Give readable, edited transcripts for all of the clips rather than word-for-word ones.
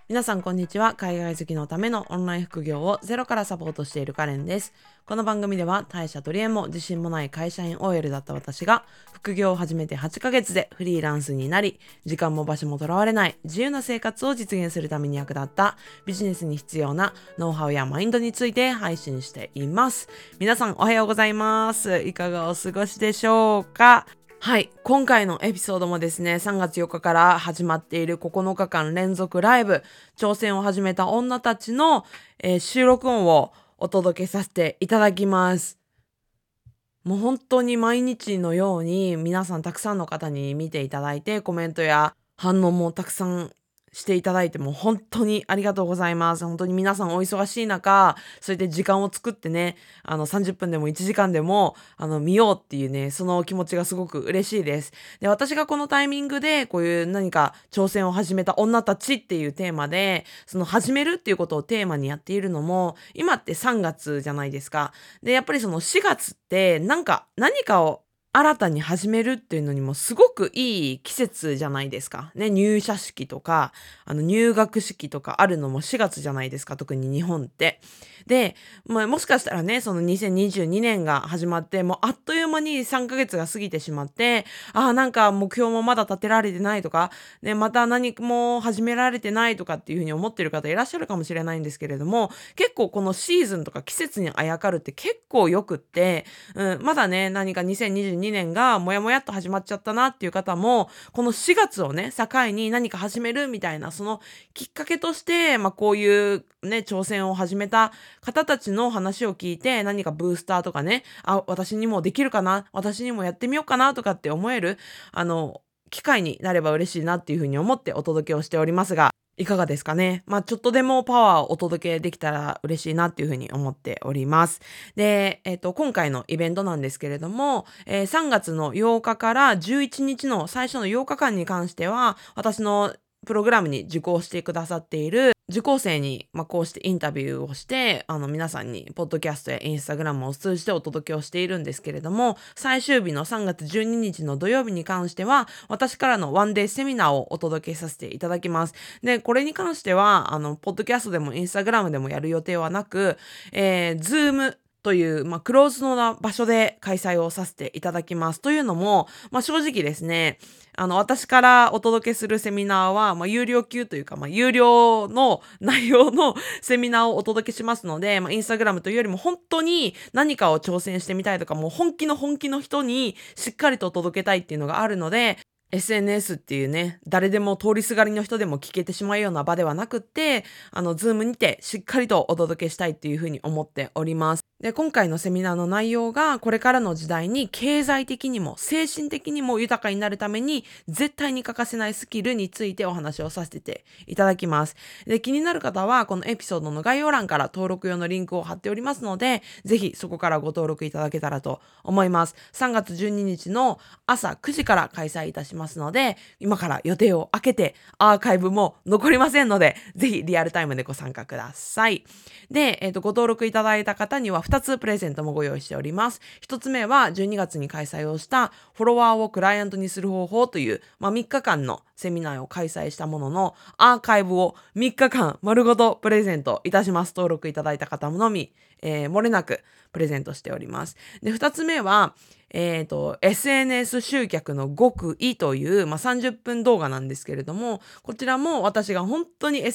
皆さんこんにちは。海外好きのためのオンライン副業をゼロからサポートしているカレンです。この番組では退社取り柄も自信もない会社員 OL だった私が副業を始めて8ヶ月でフリーランスになり、時間も場所もとらわれない自由な生活を実現するために役立ったビジネスに必要なノウハウやマインドについて配信しています。皆さんおはようございます。いかがお過ごしでしょうか？はい。今回のエピソードもですね、3月4日から始まっている9日間連続ライブ、挑戦を始めた女たちの、収録音をお届けさせていただきます。もう本当に毎日のように皆さんたくさんの方に見ていただいて、コメントや反応もたくさんしていただいて、もう本当にありがとうございます。本当に皆さんお忙しい中、そうやって時間を作ってね、30分でも1時間でも、見ようっていうね、その気持ちがすごく嬉しいです。で、私がこのタイミングで、こういう何か挑戦を始めた女たちっていうテーマで、その始めるっていうことをテーマにやっているのも、今って3月じゃないですか。で、やっぱりその4月って何かを新たに始めるっていうのにもすごくいい季節じゃないですか。ね、入社式とか、入学式とかあるのも4月じゃないですか、特に日本って。で、もしかしたらね、その2022年が始まって、もうあっという間に3ヶ月が過ぎてしまって、なんか目標もまだ立てられてないとか、ね、また何も始められてないとかっていうふうに思ってる方いらっしゃるかもしれないんですけれども、結構このシーズンとか季節にあやかるって結構よくって、まだね、何か2022年がもやもやっと始まっちゃったなっていう方も、この4月をね、境に何か始めるみたいな、そのきっかけとして、こういうね、挑戦を始めた方たちの話を聞いて、何かブースターとかね、私にもできるかな、私にもやってみようかなとかって思える、機会になれば嬉しいなっていうふうに思ってお届けをしておりますが、いかがですかね。ちょっとでもパワーをお届けできたら嬉しいなっていうふうに思っております。で、今回のイベントなんですけれども、3月の8日から11日の最初の8日間に関しては、私のプログラムに受講してくださっている受講生に、こうしてインタビューをして、皆さんに、ポッドキャストやインスタグラムを通じてお届けをしているんですけれども、最終日の3月12日の土曜日に関しては、私からのワンデーセミナーをお届けさせていただきます。で、これに関しては、ポッドキャストでもインスタグラムでもやる予定はなく、ズームという、クローズドな場所で開催をさせていただきます。というのも、正直ですね、私からお届けするセミナーは、有料級というか、有料の内容のセミナーをお届けしますので、インスタグラムというよりも本当に何かを挑戦してみたいとか、もう本気の人にしっかりと届けたいっていうのがあるので、SNS っていうね、誰でも通りすがりの人でも聞けてしまうような場ではなくって、ズームにてしっかりとお届けしたいっていうふうに思っております。で、今回のセミナーの内容が、これからの時代に経済的にも精神的にも豊かになるために、絶対に欠かせないスキルについてお話をさせていただきます。で、気になる方は、このエピソードの概要欄から登録用のリンクを貼っておりますので、ぜひそこからご登録いただけたらと思います。3月12日の朝9時から開催いたしますので、今から予定を空けて、アーカイブも残りませんので、ぜひリアルタイムでご参加ください。で、ご登録いただいた方には2つプレゼントもご用意しております。1つ目は12月に開催をしたフォロワーをクライアントにする方法という、3日間のセミナーを開催したもののアーカイブを3日間丸ごとプレゼントいたします。登録いただいた方のみ、漏れなくプレゼントしております。で、2つ目は、SNS 集客の極意という、30分動画なんですけれども、こちらも私が本当に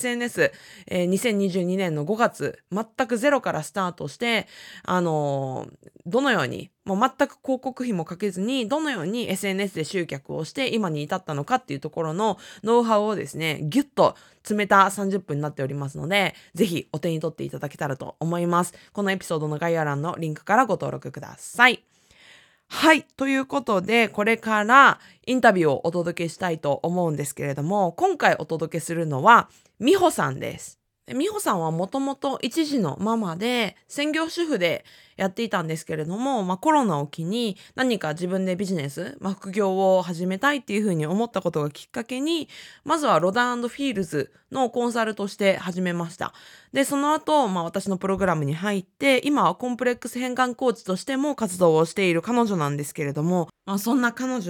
SNS、2022年の5月、全くゼロからスタートして、どのように、もう全く広告費もかけずに、どのように SNS で集客をして今に至ったのかっていうところのノウハウをですね、ギュッと詰めた30分になっておりますので、ぜひお手に取っていただけたらと思います。このエピソードの概要欄のリンクからご登録ください。はい。ということで、これからインタビューをお届けしたいと思うんですけれども、今回お届けするのは、美穂さんです。美穂さんはもともと一児のママで、専業主婦でやっていたんですけれども、コロナを機に何か自分でビジネス、副業を始めたいっていうふうに思ったことがきっかけに、まずはロダン&フィールズのコンサルとして始めました。で、その後、私のプログラムに入って、今はコンプレックス変換コーチとしても活動をしている彼女なんですけれども、そんな彼女に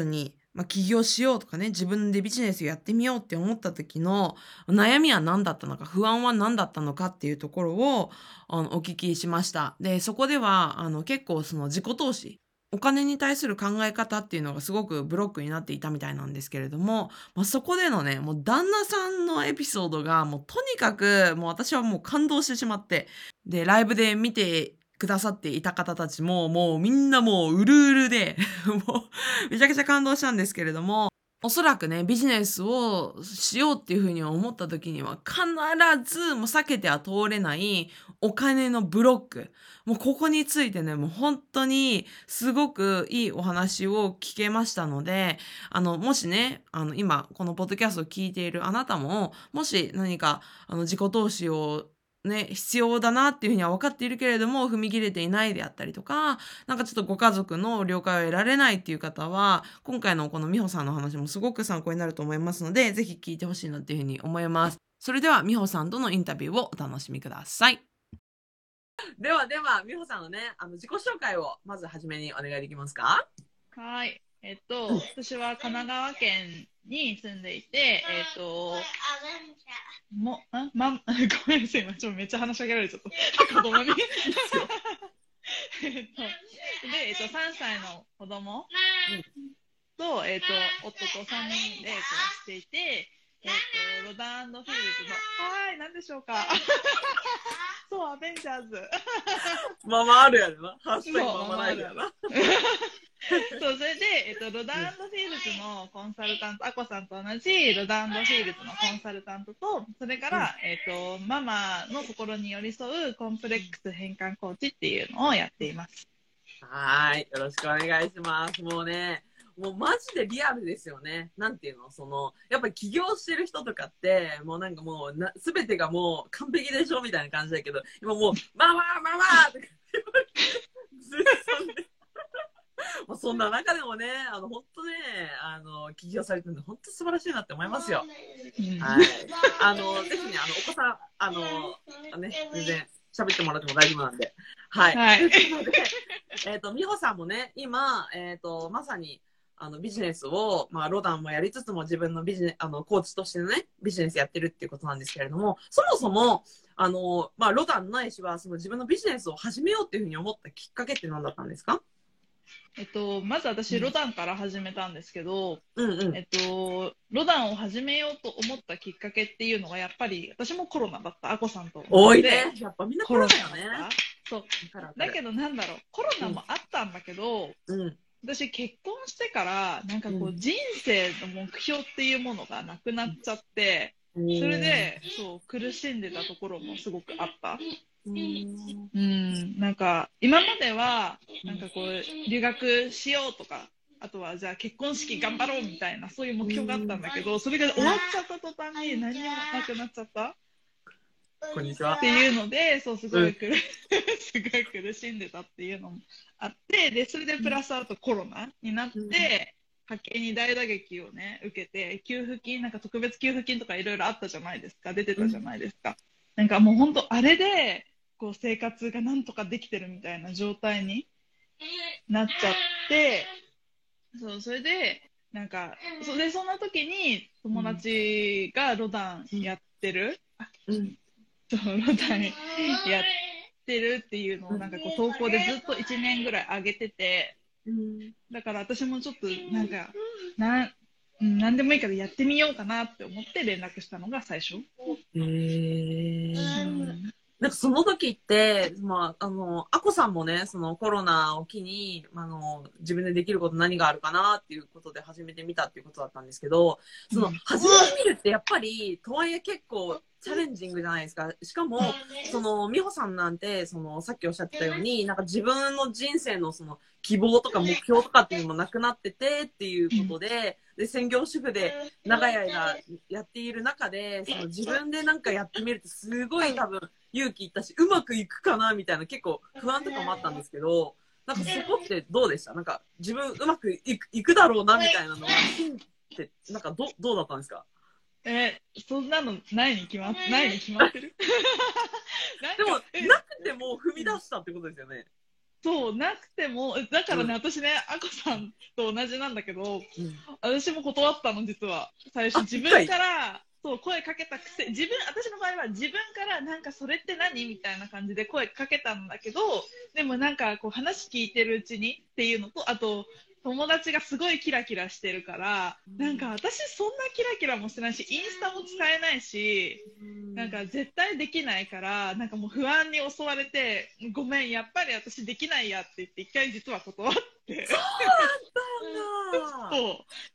起業しようとかね、自分でビジネスやってみようって思った時の悩みは何だったのか、不安は何だったのかっていうところを、お聞きしました。で、そこでは、結構その自己投資、お金に対する考え方っていうのがすごくブロックになっていたみたいなんですけれども、そこでのね、もう旦那さんのエピソードがもうとにかく、もう私はもう感動してしまって、で、ライブで見てくださっていた方たちも、もうみんなもううるうるで、もうめちゃくちゃ感動したんですけれども、おそらくね、ビジネスをしようっていう風に思った時には、必ずもう避けては通れないお金のブロック。もうここについてね、もう本当にすごくいいお話を聞けましたので、もしね、今このポッドキャストを聞いているあなたも、もし何か自己投資をね、必要だなっていうふうには分かっているけれども、踏み切れていないであったりとか、なんかちょっとご家族の了解を得られないっていう方は、今回のこの美穂さんの話もすごく参考になると思いますので、ぜひ聞いてほしいなっていうふうに思います。それでは美穂さんとのインタビューをお楽しみください。では、美穂さんのね、自己紹介をまずはじめにお願いできますか？ はい。私は神奈川県に住んでいて、ごめんなさい、今めっちゃ話しかけられちゃった。子供に。で、3歳の子供と、夫と3人で暮らしていて、ロダンフィールズの、何でしょうか。そう、アベンジャーズ。 ママあるやろな。ハッシュタグママライブやな。 そう、それで、ロダンフィールズのコンサルタント、アコさんと同じロダンフィールズのコンサルタントと、それから、ママの心に寄り添うコンプレックス変換コーチっていうのをやっています。 はい、よろしくお願いします。もうね、もうマジでリアルですよね。なんていうの、やっぱり起業してる人とかって、もうなんかもうすべてがもう完璧でしょみたいな感じだけど、今もう、ママとかずっともうそんな中でもね、本当ね、起業されてるの本当素晴らしいなって思いますよ。はい。ぜひね、お子さん、全然喋ってもらっても大丈夫なんで。はい。はい。ということで、美穂さんもね、今、まさに、ビジネスを、ロダンもやりつつも自分のビジネス、コーチとしてのね、ビジネスやってるっていうことなんですけれども、そもそも、ロダンないしは、自分のビジネスを始めようっていうふうに思ったきっかけって何だったんですか？ まず私、ロダンから始めたんですけど、ロダンを始めようと思ったきっかけっていうのが、やっぱり私もコロナだった、アコさんと。 多いね。やっぱみんなコロナだね。 そう。だけど、コロナもあったんだけど、私結婚してから、なんかこう、人生の目標っていうものがなくなっちゃって、それで、そう、苦しんでたところもすごくあった。なんか今まではなんかこう留学しようとか、あとはじゃあ結婚式頑張ろうみたいなそういう目標があったんだけど、それが終わっちゃった途端に何もなくなっちゃったこんにちはっていうので、そうすごい苦しんでたっていうのもあって、でそれでプラスあとコロナになって、家計に大打撃をね受けて、給付金なんか特別給付金とかいろいろあったじゃないですか、出てたじゃないですか。なんかもう本当あれでこう生活がなんとかできてるみたいな状態になっちゃって、それでなんかそんな時に友達がロダンやってる、ロダンやってるっていうのをなんかこう投稿でずっと1年ぐらい上げてて、だから私もちょっとなんか何でもいいからやってみようかなって思って連絡したのが最初。 なんかその時って、アコさんもね、コロナを機に、自分でできること何があるかなっていうことで始めてみたっていうことだったんですけど、始めてみるってやっぱり、とはいえ結構チャレンジングじゃないですか。しかも、美穂さんなんて、さっきおっしゃってたように、なんか自分の人生の希望とか目標とかっていうのもなくなっててっていうことで、専業主婦で長い間やっている中で、自分でなんかやってみるってすごい多分勇気いったし、うまくいくかなみたいな結構不安とかもあったんですけど、なんかそこってどうでした？なんか自分うまくいくだろうなみたいなのは、ってなんかどうだったんですか？ そんなのないに決まってるでもなくても踏み出したってことですよね。 そう、なくても、だからね、私ね、あこさんと同じなんだけど、私も断ったの、実は。最初、自分から、そう、声かけたくせ、私の場合は自分からなんかそれって何みたいな感じで声かけたんだけど、でもなんかこう話聞いてるうちにっていうのと、あと、友達がすごいキラキラしてるから、なんか私そんなキラキラもしてないし、インスタも使えないし、なんか絶対できないから、なんかもう不安に襲われて、ごめん、やっぱり私できないやって言って、一回実は断って。 そうなんだ。 そう。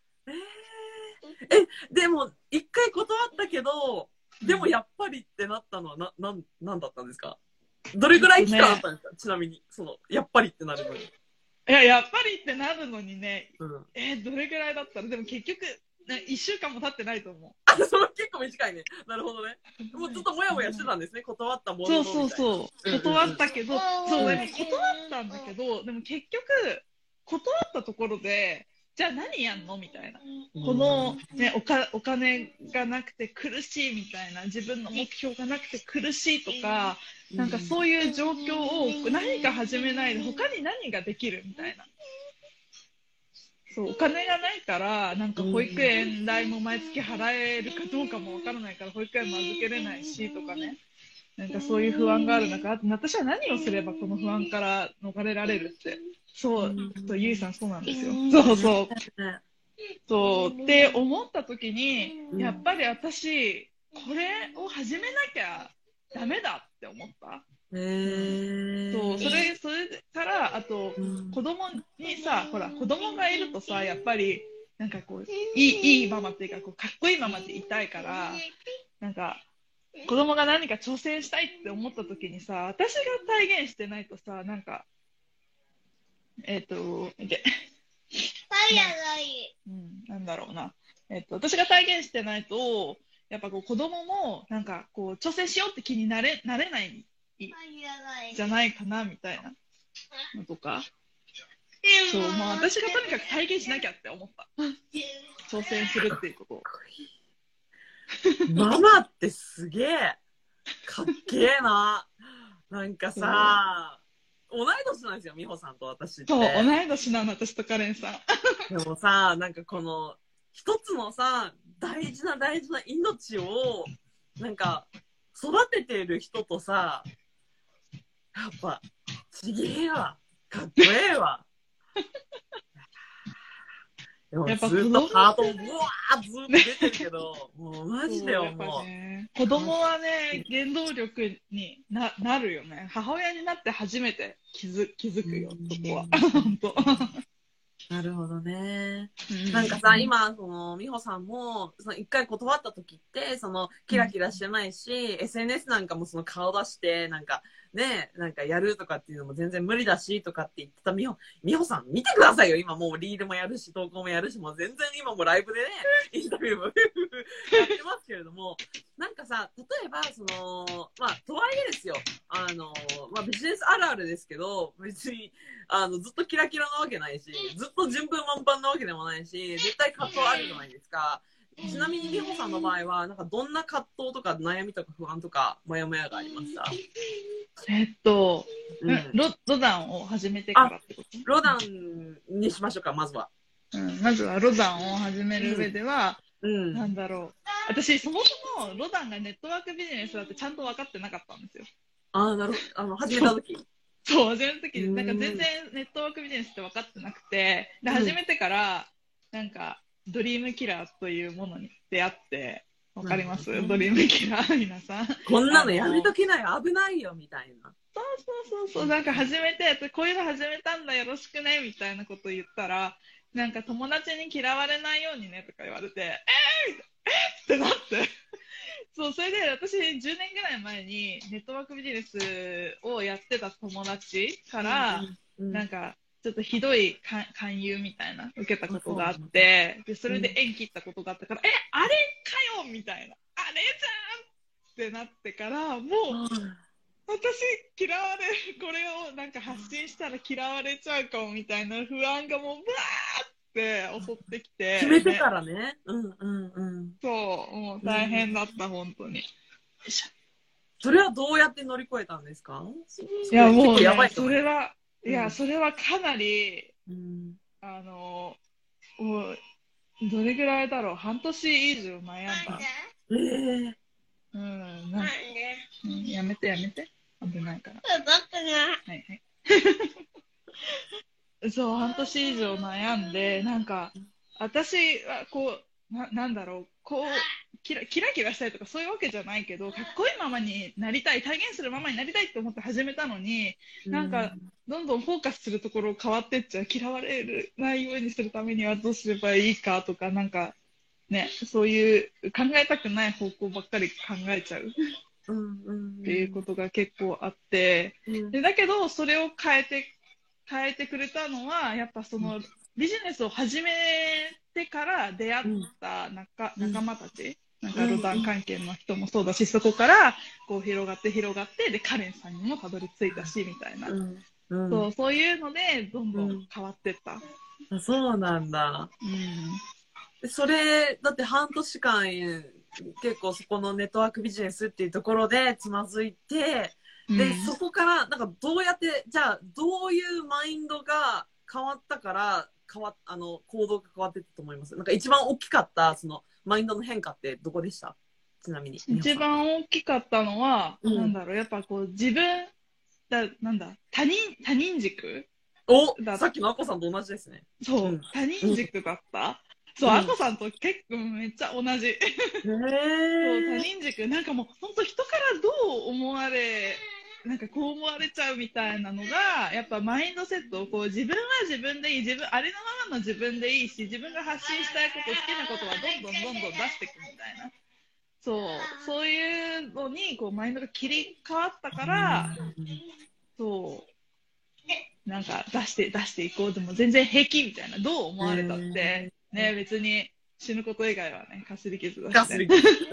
でも、一回断ったけど、でもやっぱりってなったのはなんだったんですか？どれぐらい期間あったんですか？ちなみに、やっぱりってなるのに。 いや、やっぱりってなるのにね、 どれぐらいだったら、でも結局、1週間も経ってないと思う。 あ、その結構短いね。なるほどね。もうずっともやもやしてたんですね。断ったもののみたいな。 そう。断ったけど、そう、でも断ったんだけど、でも結局、断ったところで、じゃあ何やんのみたいな。この、ね、お金がなくて苦しいみたいな、自分の目標がなくて苦しいとか、なんかそういう状況を何か始めないで、他に何ができるみたいな。そう、お金がないから、なんか保育園代も毎月払えるかどうかもわからないから、保育園も預けれないしとかね。なんかそういう不安がある中、私は何をすればこの不安から逃れられるって。そう、ゆいさんそうなんですよ。そうって思った時に、やっぱり私、これを始めなきゃダメだって思った。そう、それから、あと、子供にさ、ほら、子供がいるとさ、やっぱり、なんかこう、いいママっていうか、こう、かっこいいママっていたいから、なんか、子供が何か挑戦したいって思った時にさ、私が体現してないとさ、なんか、なんだろうな。私が体現してないと、やっぱこう子供も、なんかこう、挑戦しようって気になれないじゃないかな、みたいなのとか。そう、まあ私がとにかく体現しなきゃって思った。挑戦するっていうことを。 ママってすげえかっけえな。なんかさ、同い年なんですよ、美穂さんと私って。 そう、同い年なの、私とカレンさん。 でもさ、なんかこの一つのさ、大事な命をなんか育ててる人とさ、やっぱちげえわ、かっこええわ。でもずっとハートもブワーずっと出てるけど、もうマジで思う。 子供はね、原動力になるよね。母親になって初めて気づくよ、そこは。本当。 なるほどね。なんかさ、今、美穂さんも、一回断った時って、キラキラしてないし、SNS なんかも顔出して、なんか、ね、なんかやるとかっていうのも全然無理だし、とかって言ってた美穂さん、見てくださいよ。今もうリールもやるし、投稿もやるし、もう全然今もライブでね、インタビューもやってますけれども、なんかさ、例えば、まあ、とはいえですよ、まあ、ビジネスあるあるですけど、別に、ずっとキラキラなわけないし、ずっと順風満帆なわけでもないし、絶対葛藤あるじゃないですか。ちなみに美穂さんの場合は、なんかどんな葛藤とか悩みとか不安とか、モヤモヤがありました？ ロダンを始めてからってこと？ ロダンにしましょうか、まずは。 まずはロダンを始める上では、なんだろう。私、そもそもロダンがネットワークビジネスだってちゃんと分かってなかったんですよ。 なるほど。始めた時。 そう、始めた時なんか全然ネットワークビジネスって分かってなくて、で、始めてから、なんか、ドリームキラーというものに出会って、わかります？ドリームキラー、皆さん。 こんなのやめとけない、危ないよ、みたいな。 そう、なんか始めて、こういうの始めたんだ、よろしくね、みたいなこと言ったら、なんか友達に嫌われないようにね、とか言われて、ってなって。そう、それで私10年ぐらい前にネットワークビジネスをやってた友達から、なんかちょっとひどい勧誘みたいな受けたことがあって、で、それで縁切ったことがあったから、あれかよみたいな、あれじゃんってなってから、もう、私嫌われる、これをなんか発信したら嫌われちゃうかもみたいな不安がもう、ブワーって襲ってきて。 決めてからね。 そう、もう大変だった、本当に。 それはどうやって乗り越えたんですか？ いや、もう、ね、それは、 いや、それはかなり、 うんもう、どれぐらいだろう、半年以上悩んだ。 えうん、やめてやめて。危ないから。はいはい。そう、半年以上悩んで、なんか、私はこう、なんだろう、こう、キラキラしたいとかそういうわけじゃないけど、かっこいいママになりたい、体現するママになりたいって思って始めたのに、なんか、どんどんフォーカスするところ変わってっちゃう。嫌われないようにするためにはどうすればいいかとか、なんか、ね、そういう考えたくない方向ばっかり考えちゃうっていうことが結構あって、でだけど、それを変えてくれたのは、やっぱそのビジネスを始めてから出会った仲間たち、なんかロダン関係の人もそうだし、そこからこう広がって広がって、で、カレンさんにもたどり着いたし、みたいな。そういうので、どんどん変わってった。 そうなんだ。それ、だって半年間、結構そこのネットワークビジネスっていうところでつまずいて、で、そこから、なんかどうやって、じゃあ、どういうマインドが変わったから、行動が変わっていったと思います。なんか一番大きかった、その、マインドの変化ってどこでした？ちなみに。 一番大きかったのは、なんだろう、やっぱこう、なんだ、他人軸さっきのアコさんと同じですね。 そう、他人軸だった。そう、アコさんと結構めっちゃ同じ。そう、他人軸、なんかもう本当人からどう思われ、なんかこう思われちゃうみたいなのが、やっぱマインドセットをこう自分は自分でいい、ありのままの自分でいいし、自分が発信したいこと、好きなことはどんどん出していくみたいな。そういうのにこうマインドが切り替わったから、そう、なんか出していこう。でも全然平気みたいな。どう思われたって、ね、別に死ぬこと以外はね、かすり傷だし、ね。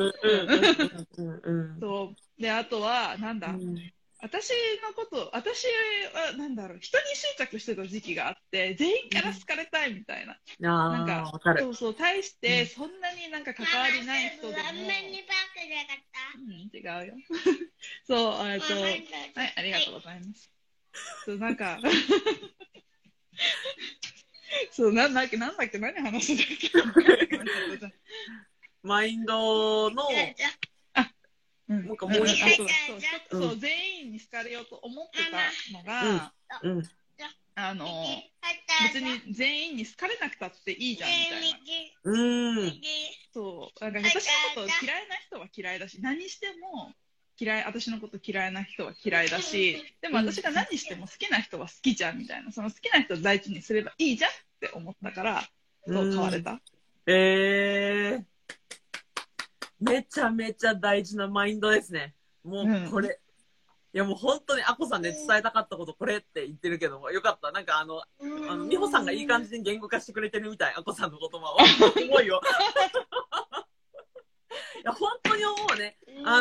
そう。で、あとは、なんだ、私は、なんだろう、人に執着してた時期があって、全員から好かれたいみたいな。なんか、対して、そんなになんか関わりない人でも。違うよ。そう、はい、ありがとうございます。そう、なんか、そう、なんだっけ、何話してたっけマインドの、なんかもう一個、そう、全員に好かれようと思ってたのが、別に全員に好かれなくたっていいじゃんみたいな。そう、なんか私のこと嫌いな人は嫌いだし、何しても私のこと嫌いな人は嫌いだし、でも私が何しても好きな人は好きじゃんみたいな、その好きな人を大事にすればいいじゃんって思ったから、そう変われた。 めちゃめちゃ大事なマインドですね。もうこれ。いやもう本当にアコさんで伝えたかったことこれって言ってるけども、よかった。なんか美穂さんがいい感じに言語化してくれてるみたい、アコさんの言葉を。すごいよ。いや、本当に思うね。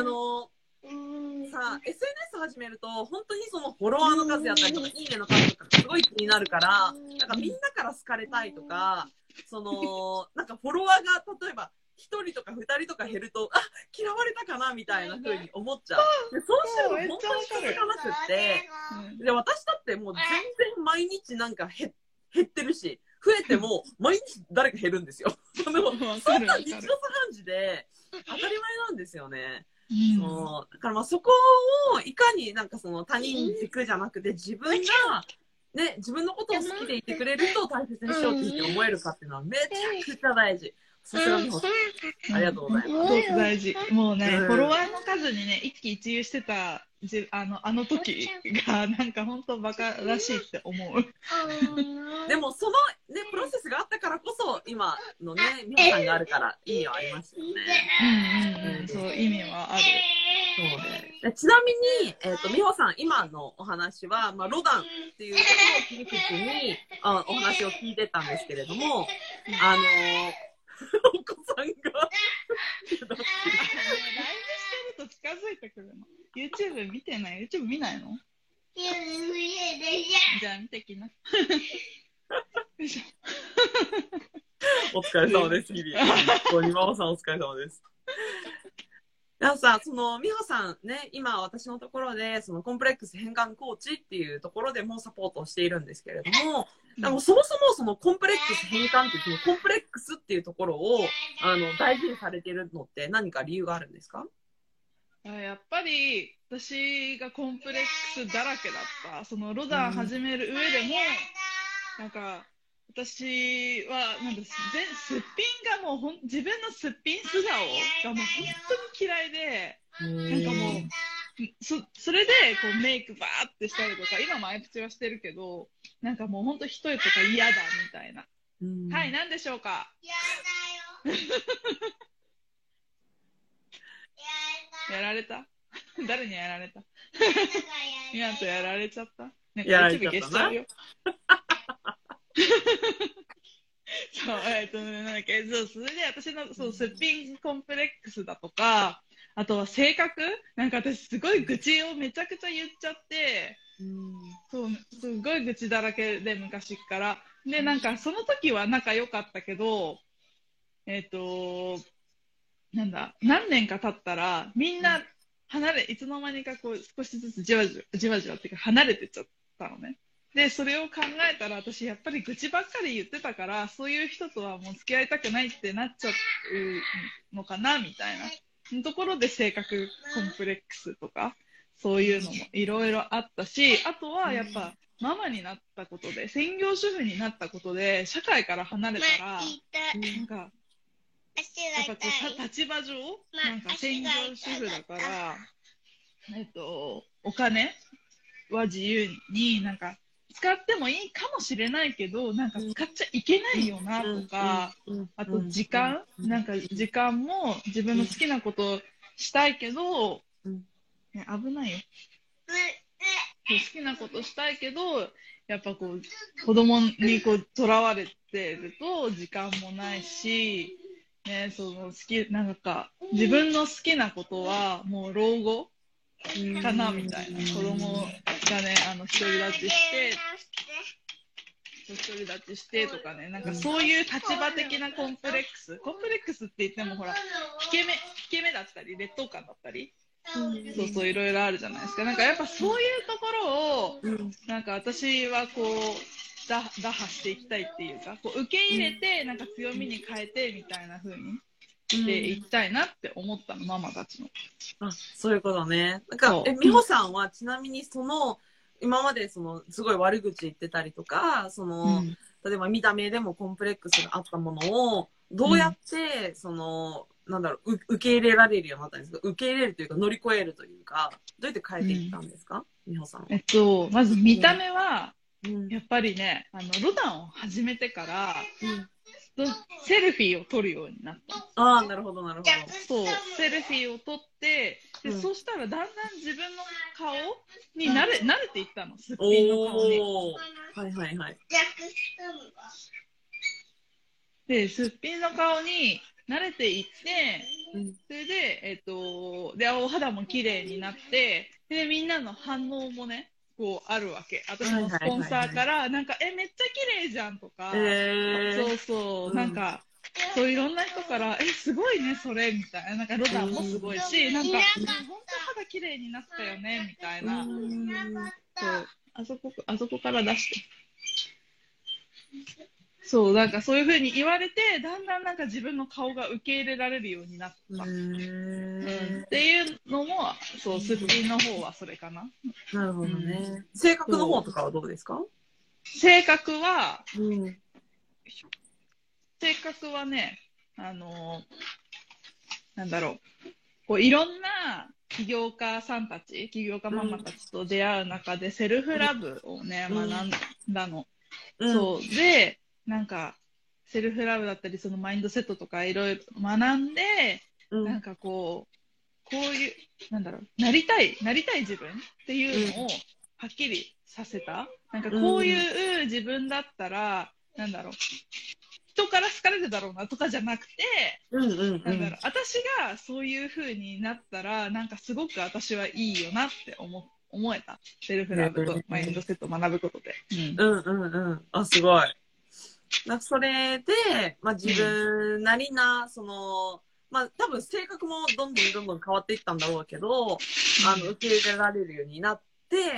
さあ、SNS 始めると、本当にそのフォロワーの数やったりとか、いいねの数とかすごい気になるから、なんかみんなから好かれたいとか、なんかフォロワーが例えば、1人とか2人とか減ると、あ、嫌われたかなみたいな風に思っちゃう。でそうすると本当に続かなくって、で私だってもう全然毎日なんか減ってるし、増えても毎日誰か減るんですよ。でもそんな日常茶飯事で当たり前なんですよね。だからまあそこをいかになんかその他人軸じゃなくて自分がね、自分のことを好きでいてくれると大切にしようって思えるかっていうのはめちゃくちゃ大事。さすが美穂さん。ありがとうございます。 大事。もうね、フォロワーの数にね、一喜一憂してた、あの時が、なんか本当バカらしいって思う。 でも、そのね、プロセスがあったからこそ、今のね、美穂さんがあるから、意味はありますよね。 そう、意味はある。 そうね。ちなみに、美穂さん、今のお話は、まあ、ロダンっていうところを切り口にお話を聞いてたんですけれども、お子さんがライブしてると近づいてくるの。YouTube 見てない？ YouTube 見ないの？じゃあ見てきな。 お疲れ様です、日々。ママさんお疲れ様です。 やさ、美穂さんね、今私のところで、コンプレックス変換コーチっていうところでもサポートをしているんですけれども、でもそもそもコンプレックス変換っていう、コンプレックスっていうところを、大事にされているのって何か理由があるんですか？ やっぱり私がコンプレックスだらけだった。そのロダン始める上でも、なんか私はなんですすっぴんがもう自分のすっぴん素顔がもう本当に嫌いで、なんかもうそれでこうメイクバーってしたりとか、今もアイプチはしてるけど、なんかもう本当一重とか嫌だみたいな。はい、何でしょうか？嫌だよ。やられた誰にやられた？ミアンとやられちゃった？ね、 やられちゃったな。 消しちゃうよ。そう、なんだっけ、そう、それで私の、そう、すっぴんコンプレックスだとか、あとは性格なんか私すごい愚痴をめちゃくちゃ言っちゃって、そう、すごい愚痴だらけで昔から。で、なんかその時は仲良かったけど、なんだ、何年か経ったら、みんないつの間にかこう少しずつじわじわっていうか離れてっちゃったのね。で、それを考えたら私やっぱり愚痴ばっかり言ってたから、そういう人とはもう付き合いたくないってなっちゃうのかな、みたいなところで性格コンプレックスとか、そういうのもいろいろあったし、あとはやっぱママになったことで、専業主婦になったことで、社会から離れたら、なんか、やっぱこう立場上、なんか専業主婦だから、お金は自由になんか使ってもいいかもしれないけど、なんか使っちゃいけないよなとか、あと時間、なんか時間も自分の好きなことしたいけど、ね、危ないよ。好きなことしたいけど、やっぱこう子供にこう囚われてると時間もないし、ね、なんか自分の好きなことはもう老後かなみたいな。子供がね、独り立ちしてとかね、なんかそういう立場的なコンプレックスって言ってもほら、引け目だったり、劣等感だったり、そういろいろあるじゃないですか。なんかやっぱそういうところを、なんか私はこう、打破していきたいっていうか、こう受け入れて、なんか強みに変えてみたいな風にしていきたいなって思ったの、ママたちの。 あ、そういうことね。なんか、美穂さんはちなみに今まですごい悪口言ってたりとか、例えば見た目でもコンプレックスがあったものを、どうやって、なんだろう、受け入れられるようになったんですか？受け入れるというか、乗り越えるというか、どうやって変えていったんですか？美穂さんは。 まず見た目は、やっぱりね、ロダンを始めてから、セルフィーを撮るようになった。 ああ、なるほど、なるほど。 そう、セルフィーを撮って、で、そしたらだんだん自分の顔に慣れていったの、すっぴんの顔に。 はいはいはい。 で、すっぴんの顔に慣れていって、それで、で、お肌も綺麗になって、で、みんなの反応もね、こうあるわけ。私のスポンサーから、なんか、めっちゃ綺麗じゃんとか、そうそう、なんか、そういろんな人から、すごいね、それ、みたいな。なんか、ロダンもすごいし、なんか、本当肌綺麗になったよね、みたいな。そう、あそこから出して。そう、なんかそういう風に言われて、だんだんなんか自分の顔が受け入れられるようになった。っていうのも、そう、すっぴんの方はそれかな。 なるほどね。性格の方とかはどうですか？ 性格は、ね、なんだろう。こういろんな起業家ママたちと出会う中でセルフラブをね、学んだの。そう。で、なんか、セルフラブだったり、そのマインドセットとかいろいろ学んで、なんかこういう、なんだろう、なりたい自分っていうのをはっきりさせた。なんかこういう自分だったら、なんだろう、人から好かれるだろうなとかじゃなくて、なんだろう、私がそういう風になったら、なんかすごく私はいいよなって思えた。セルフラブとマインドセットを学ぶことで。 あ、すごい。それで、まあ、自分なりな、 まあ多分性格もどんどんどんどん変わっていったんだろうけど、受け入れられるようになって、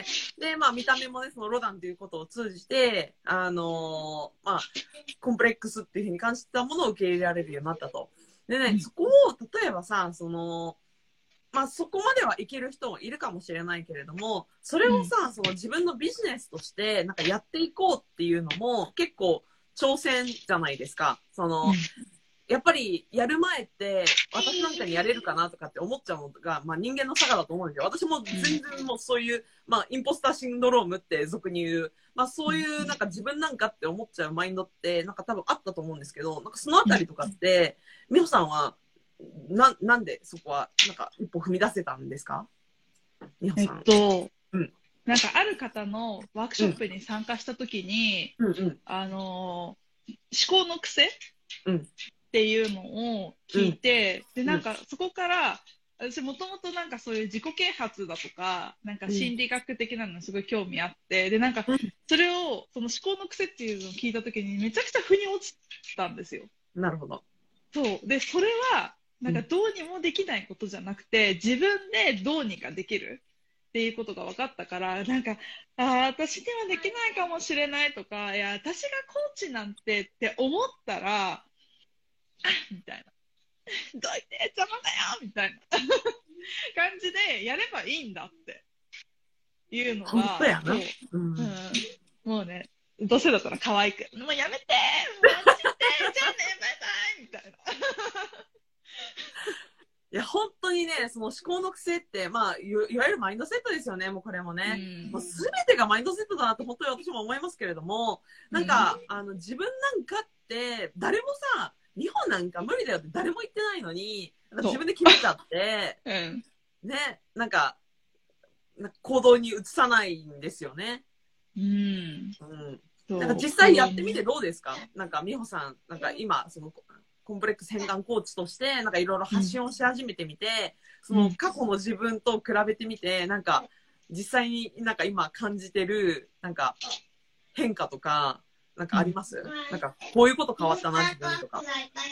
で、まあ見た目もね、そのロダンということを通じて、まあ、コンプレックスっていうふうに感じたものを受け入れられるようになったと。でね、そこを例えばさ、まあそこまではいける人もいるかもしれないけれども、それをさ、その自分のビジネスとしてなんかやっていこうっていうのも結構挑戦じゃないですか。やっぱりやる前って私なんかにやれるかなとかって思っちゃうのが、まあ、人間の差がだと思うんですよ。私も全然もうそういう、まあ、インポスターシンドロームって俗に言う、まあ、そういうなんか自分なんかって思っちゃうマインドってなんか多分あったと思うんですけど、なんかそのあたりとかって美穂さんはなんでそこはなんか一歩踏み出せたんですか？美穂さん。 なんかある方のワークショップに参加したときに、思考の癖っていうのを聞いて、で、なんかそこから、私もともとなんかそういう自己啓発だとか、なんか心理学的なのにすごい興味あって、で、なんかそれを、その思考の癖っていうのを聞いたときにめちゃくちゃ腑に落ちたんですよ。 なるほど。 そう。で、それは、なんかどうにもできないことじゃなくて、自分でどうにかできるっていうことが分かったから、なんか、私にはできないかもしれないとか、いや、私がコーチなんてって思ったら、みたいな。どいて、邪魔だよみたいな感じでやればいいんだっていうの本当やが、 な。 もうね、どうせだったら可愛く、もうやめて、もう落ちて、じゃあね、バイバイみたいな。 いや、本当にね、その思考の癖って、まあ、いわゆるマインドセットですよね、もうこれもね。もう全てがマインドセットだなと本当に私も思いますけれども、なんか、自分なんかって、誰もさ、日本なんか無理だよって誰も言ってないのに、自分で決めちゃって、ね、なんか行動に移さないんですよね。なんか実際やってみてどうですか？なんか美穂さん、なんか今そのコンプレックス変換コーチとしてなんかいろいろ発信をし始めてみて、その過去の自分と比べてみて、なんか実際になんか今感じてるなんか変化とかなんかあります？なんかこういうこと変わったな自分とか。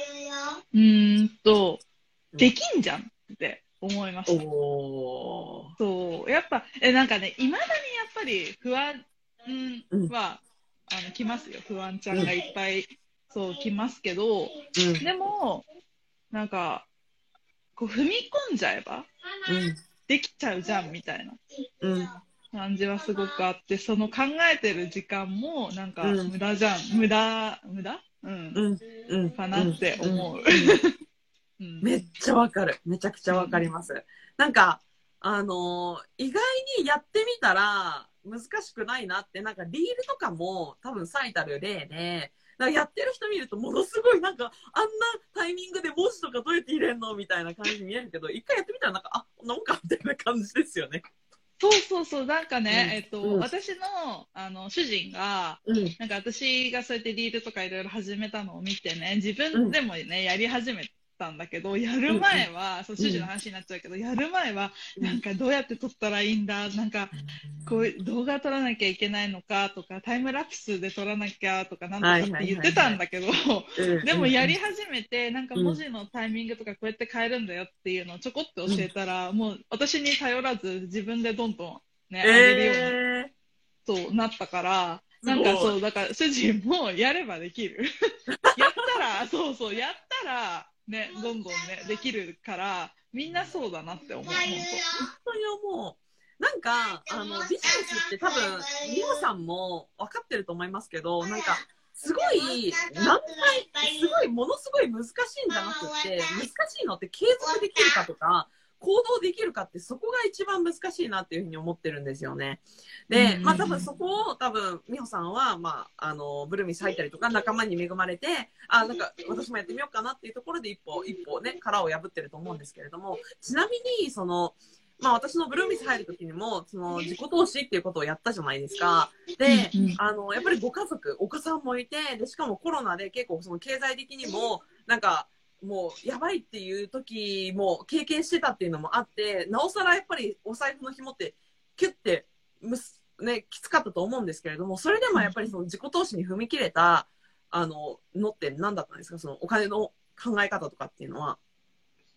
できんじゃんって思いました。そう、やっぱなんかね、いまだにやっぱり不安は、来ますよ。不安ちゃんがいっぱい、そう来ますけど、でもなんかこう踏み込んじゃえば、できちゃうじゃんみたいな感じはすごくあって、その考えてる時間もなんか無駄じゃん、無駄かなって思う。 めっちゃわかる。めちゃくちゃわかります。なんか意外にやってみたら難しくないなって、なんかリールとかも多分最たる例で、なんかやってる人見るとものすごいなんかあんなタイミングで文字とかどうやって入れんのみたいな感じに見えるけど、一回やってみたらなんかこんなもんかみたいな感じですよね。 そう、なんかね、私の、主人が、なんか私がそうやってリールとかいろいろ始めたのを見てね、自分でもね、やり始めたんだけど、やる前は、そう、主人の話になっちゃうけど、やる前は、なんかどうやって撮ったらいいんだ、なんか、こういう動画撮らなきゃいけないのかとか、タイムラプスで撮らなきゃとか、なんとかって言ってたんだけど、でもやり始めて、なんか文字のタイミングとかこうやって変えるんだよっていうのをちょこっと教えたら、もう私に頼らず自分でどんどんね、上げるように、そうなったから、なんかそう、だから主人もやればできる。やったら、やったら、ね、どんどんね、できるから、みんなそうだなって思う、本当に思う。なんか、ビジネスって多分、美穂さんも分かってると思いますけど、なんか、すごい、ものすごい難しいんじゃなくて、難しいのって継続できるかとか、行動できるかってそこが一番難しいなっていうふうに思ってるんですよね。で、まあ多分そこを美穂さんは、まあ、ブルーミス入ったりとか仲間に恵まれて、なんか私もやってみようかなっていうところで一歩ね、殻を破ってると思うんですけれども、ちなみに、まあ私のブルーミス入る時にも、自己投資っていうことをやったじゃないですか。で、やっぱりご家族、お子さんもいて、で、しかもコロナで結構経済的にも、なんか、もうやばいっていう時も経験してたっていうのもあって、なおさらやっぱりお財布の紐ってキュッてね、きつかったと思うんですけれども、それでもやっぱり自己投資に踏み切れたのって何だったんですか？そのお金の考え方とかっていうのは。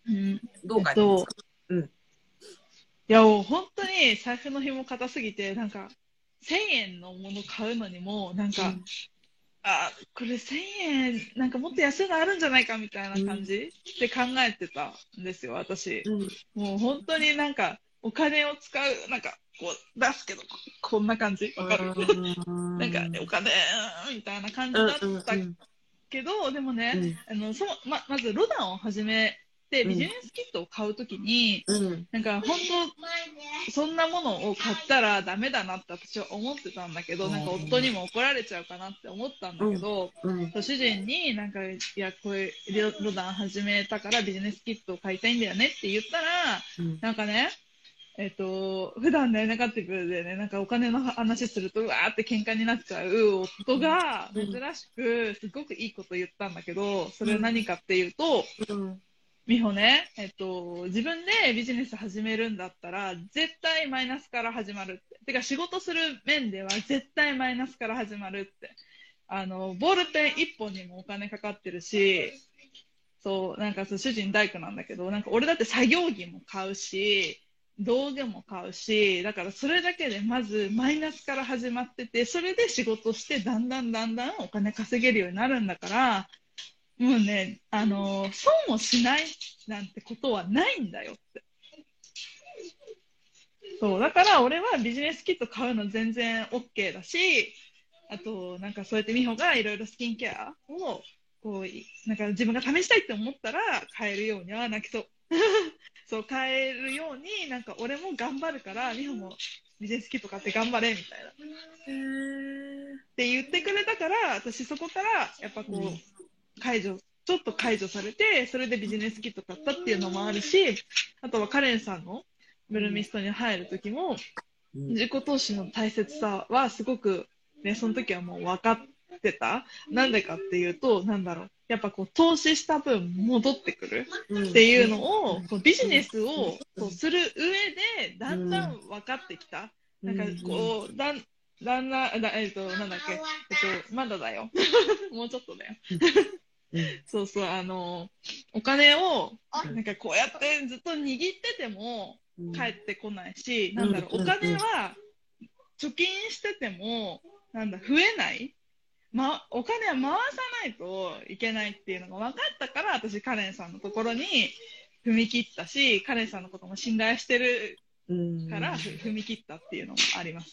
うん、 どう変えてますか？うん。 いや、もう本当に財布の紐硬すぎて、なんか、1000円のもの買うのにも、なんか、これ1000円、なんかもっと安いのあるんじゃないかみたいな感じで考えてたんですよ、私。 うん。 もう本当になんか、お金を使う、なんか、こう、出すけど、こんな感じわかるなんか、お金、みたいな感じだったけど、でもね、まずロダンを始めて、ビジネスキットを買うときに、なんか本当、そんなものを買ったらダメだなって私は思ってたんだけど、なんか夫にも怒られちゃうかなって思ったんだけど、主人になんか、いや、これロダン始めたからビジネスキットを買いたいんだよねって言ったら、なんかね、普段ね、ネガティブでね、なんかお金の話すると、うわーって喧嘩になっちゃう夫が、珍しく、すごくいいこと言ったんだけど、それは何かっていうと、美穂ね、自分でビジネス始めるんだったら、絶対マイナスから始まるって。てか、仕事する面では絶対マイナスから始まるって。ボールペン1本にもお金かかってるし、そう、なんか主人大工なんだけど、なんか俺だって作業着も買うし、道具も買うし、だからそれだけでまずマイナスから始まってて、それで仕事してだんだんお金稼げるようになるんだから、もうね、損をしないなんてことはないんだよって。そう、だから俺はビジネスキット買うの全然 OK だし、あと、なんかそうやって美穂がいろいろスキンケアを、こう、なんか自分が試したいって思ったら買えるようにはなきそう。そう、買えるように、なんか俺も頑張るから、美穂もビジネスキット買って頑張れ、みたいな。って言ってくれたから、私そこから、やっぱこう、ちょっと解除されて、それでビジネスキット買ったっていうのもあるし、あとはカレンさんのブルーミストに入る時も、自己投資の大切さはすごく、ね、その時はもう分かってた。なんでかっていうと、なんだろう。やっぱこう投資した分戻ってくるっていうのを、こうビジネスをこうする上でだんだん分かってきた。なんかこう、なんだっけ、まだだよ。もうちょっとだよ。そうそう、お金を、なんかこうやってずっと握ってても返ってこないし、なんだろう、お金は貯金してても、なんだ、増えない。お金は回さないといけないっていうのが分かったから、私、カレンさんのところに踏み切ったし、カレンさんのことも信頼してるから踏み切ったっていうのもあります。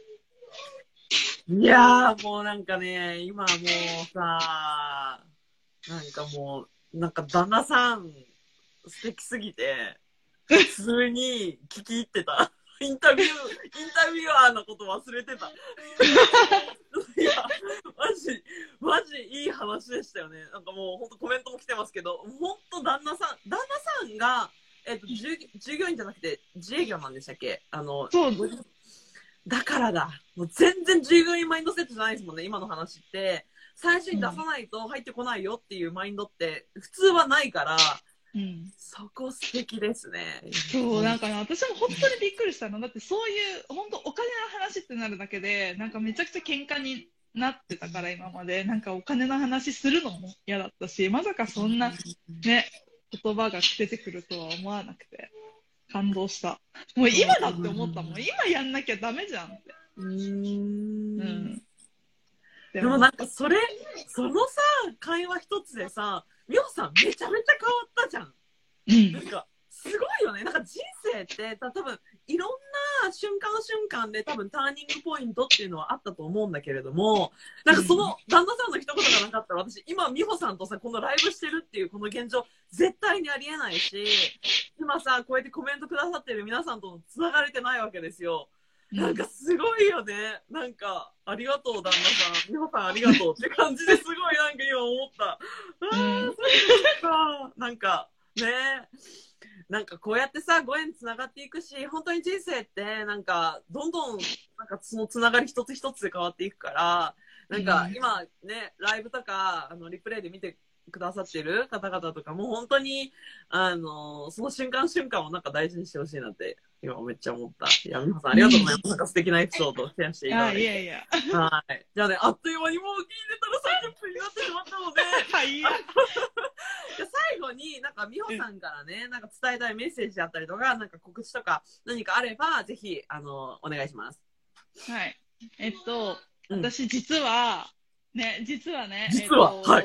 いやー、もうなんかね、今もうさ、なんかもう、なんか旦那さん素敵すぎて、普通に聞き入ってた。インタビュアーのこと忘れてた。いや、マジいい話でしたよね。なんかもう本当コメントも来てますけど、本当旦那さんが、従業員じゃなくて自営業なんでしたっけ？ そう。 だからだ。もう全然従業員マインドセットじゃないですもんね、今の話って。最初に出さないと入ってこないよっていうマインドって普通はないから、そこ素敵ですね。 そう、なんかね、私も本当にびっくりしたの。だってそういう、本当お金の話ってなるだけで、なんかめちゃくちゃ喧嘩になってたから今まで、なんかお金の話するのも嫌だったし、まさかそんなね、言葉が出てくるとは思わなくて、感動した。もう今だって思ったもん。今やんなきゃダメじゃんって。 でもなんかそのさ、会話一つでさ、美穂さんめちゃめちゃ変わったじゃん。なんかすごいよね。なんか人生って多分いろんな瞬間で多分ターニングポイントっていうのはあったと思うんだけれども、なんかその旦那さんの一言がなかったら私今美穂さんとさこのライブしてるっていうこの現状絶対にありえないし、今さこうやってコメントくださってる皆さんとつながれてないわけですよ。なんかすごいよね。なんかありがとう旦那さん、美穂さんありがとうって感じですごいなんか今思った。そうか。なんかね、なんかこうやってさご縁つながっていくし、本当に人生ってなんかどんどんなんかそのつながり一つ一つで変わっていくから、なんか今ねライブとかリプレイで見てくださってる方々とかも本当にその瞬間をなんか大事にしてほしいなって今めっちゃ思った。いや、皆さんありがとうございます。なんか素敵なエピソードをシェアしていただいて。 いやいや。 はい。じゃあね、あっという間にもう聞いてたら30分になってしまったので、 はい。 じゃあ最後になんか美穂さんからね、なんか伝えたいメッセージだったりとか、なんか告知とか何かあればぜひお願いします。 はい。 うん私実はね、 はい、実は、はい、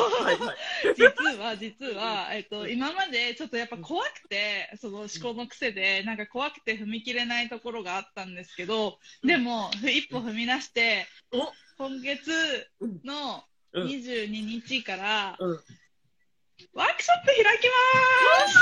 実は、今までちょっとやっぱ怖くて、その思考の癖で、なんか怖くて踏み切れないところがあったんですけど、でも、一歩踏み出して、今月の22日から、ワークショップ開きます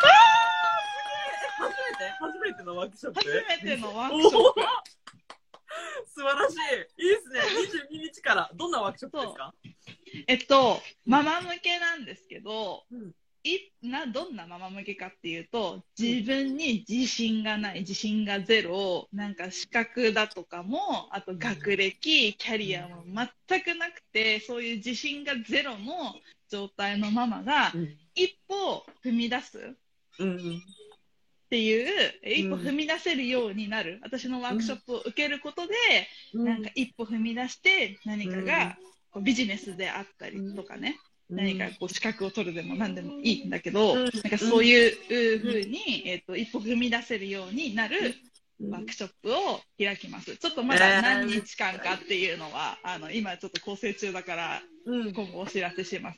初めてのワークショップ初めてのワークショップ素晴らしい。いいですね。22日から。どんなワークショップですか？ママ向けなんですけど、 うん、 どんなママ向けかっていうと、自分に自信がない、自信がゼロ、なんか資格だとかも、あと学歴、キャリアも全くなくて、そういう自信がゼロの状態のママが、一歩踏み出す。っていう一歩踏み出せるようになる、私のワークショップを受けることで、なんか一歩踏み出して何かがこうビジネスであったりとかね、何かこう資格を取るでも何でもいいんだけど、なんかそういうふうに、一歩踏み出せるようになるワークショップを開きます。ちょっとまだ何日間かっていうのは今ちょっと構成中だから今後お知らせします。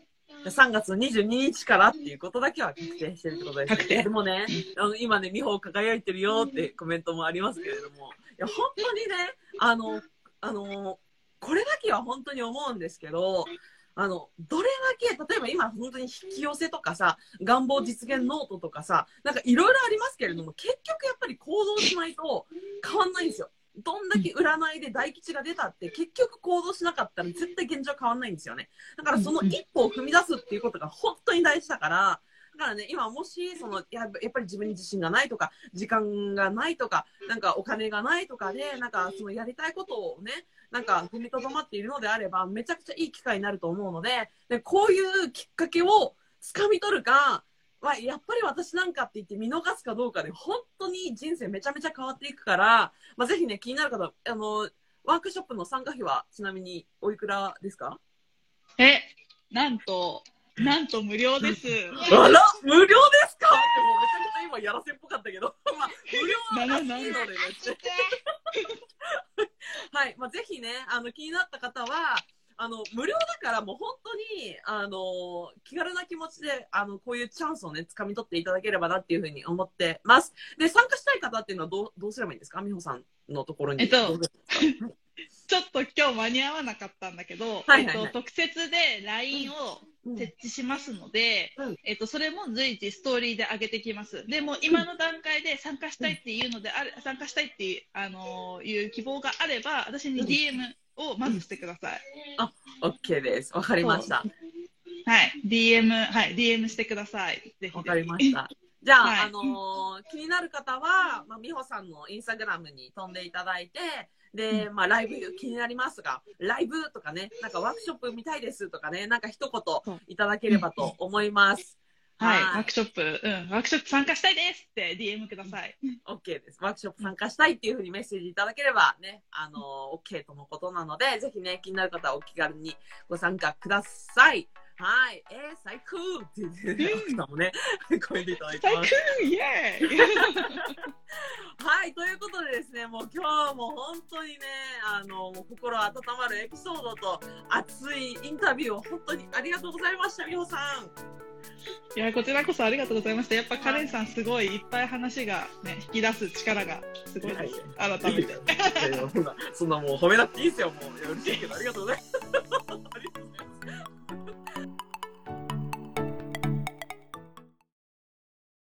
3月の22日からっていうことだけは確定してるってことですね。でもね、今ね、美穂輝いてるよってコメントもありますけれども、いや、本当にね、これだけは本当に思うんですけど、どれだけ、例えば今本当に引き寄せとかさ、願望実現ノートとかさ、なんかいろいろありますけれども、結局やっぱり行動しないと変わんないんですよ。どんだけ占いで大吉が出たって結局行動しなかったら絶対現状変わんないんですよね。だからその一歩を踏み出すっていうことが本当に大事だから、だからね、今もしやっぱり自分に自信がないとか、時間がないとか、なんかお金がないとかで、なんかそのやりたいことをね、なんか踏みとどまっているのであれば、めちゃくちゃいい機会になると思うので、こういうきっかけを掴み取るか、やっぱり私なんかって言って見逃すかどうかで本当に人生めちゃめちゃ変わっていくから、ぜひね、気になる方、ワークショップの参加費はちなみにおいくらですか？ なんと無料です。 あら、無料ですか？でもめちゃくちゃ今やらせっぽかったけど、無料らしいのでね。はい、ぜひね、気になった方は、無料だからもう本当に気軽な気持ちでこういうチャンスをね掴み取っていただければなっていうふうに思ってます。で、参加したい方っていうのはどうすればいいんですか？美穂さんのところに。 ちょっと今日間に合わなかったんだけど、特設で LINE を設置しますので、それも随時ストーリーで上げてきます。でも今の段階で参加したいっていうので参加したいっていう、いう希望があれば私に DM をまずしてください。 OK です。わかりました。 はい、DM してください。ぜひ。 わかりました。じゃあ、気になる方は、美穂さんのインスタグラムに飛んでいただいて、で、ライブ気になりますが、ライブとかね、なんかワークショップ見たいですとかね、なんか一言いただければと思います。 はい、ワークショップ参加したいですって DM ください。 OK です。ワークショップ参加したいっていうふうにメッセージいただければね、OK とのことなので、ぜひね、気になる方はお気軽にご参加ください。はい。最高って言ってね、奥さんもね、コメントいただいてます。 最高イエーイはい。ということでですね、もう今日も本当にね、もう心温まるエピソードと熱いインタビューを本当にありがとうございました、美穂さん。 いや、こちらこそありがとうございました。やっぱカレンさんすごいいっぱい話がね、引き出す力がすごいです。改めて。 そんなもう褒めなくていいですよ、もう。嬉しいけど、ありがとうございます。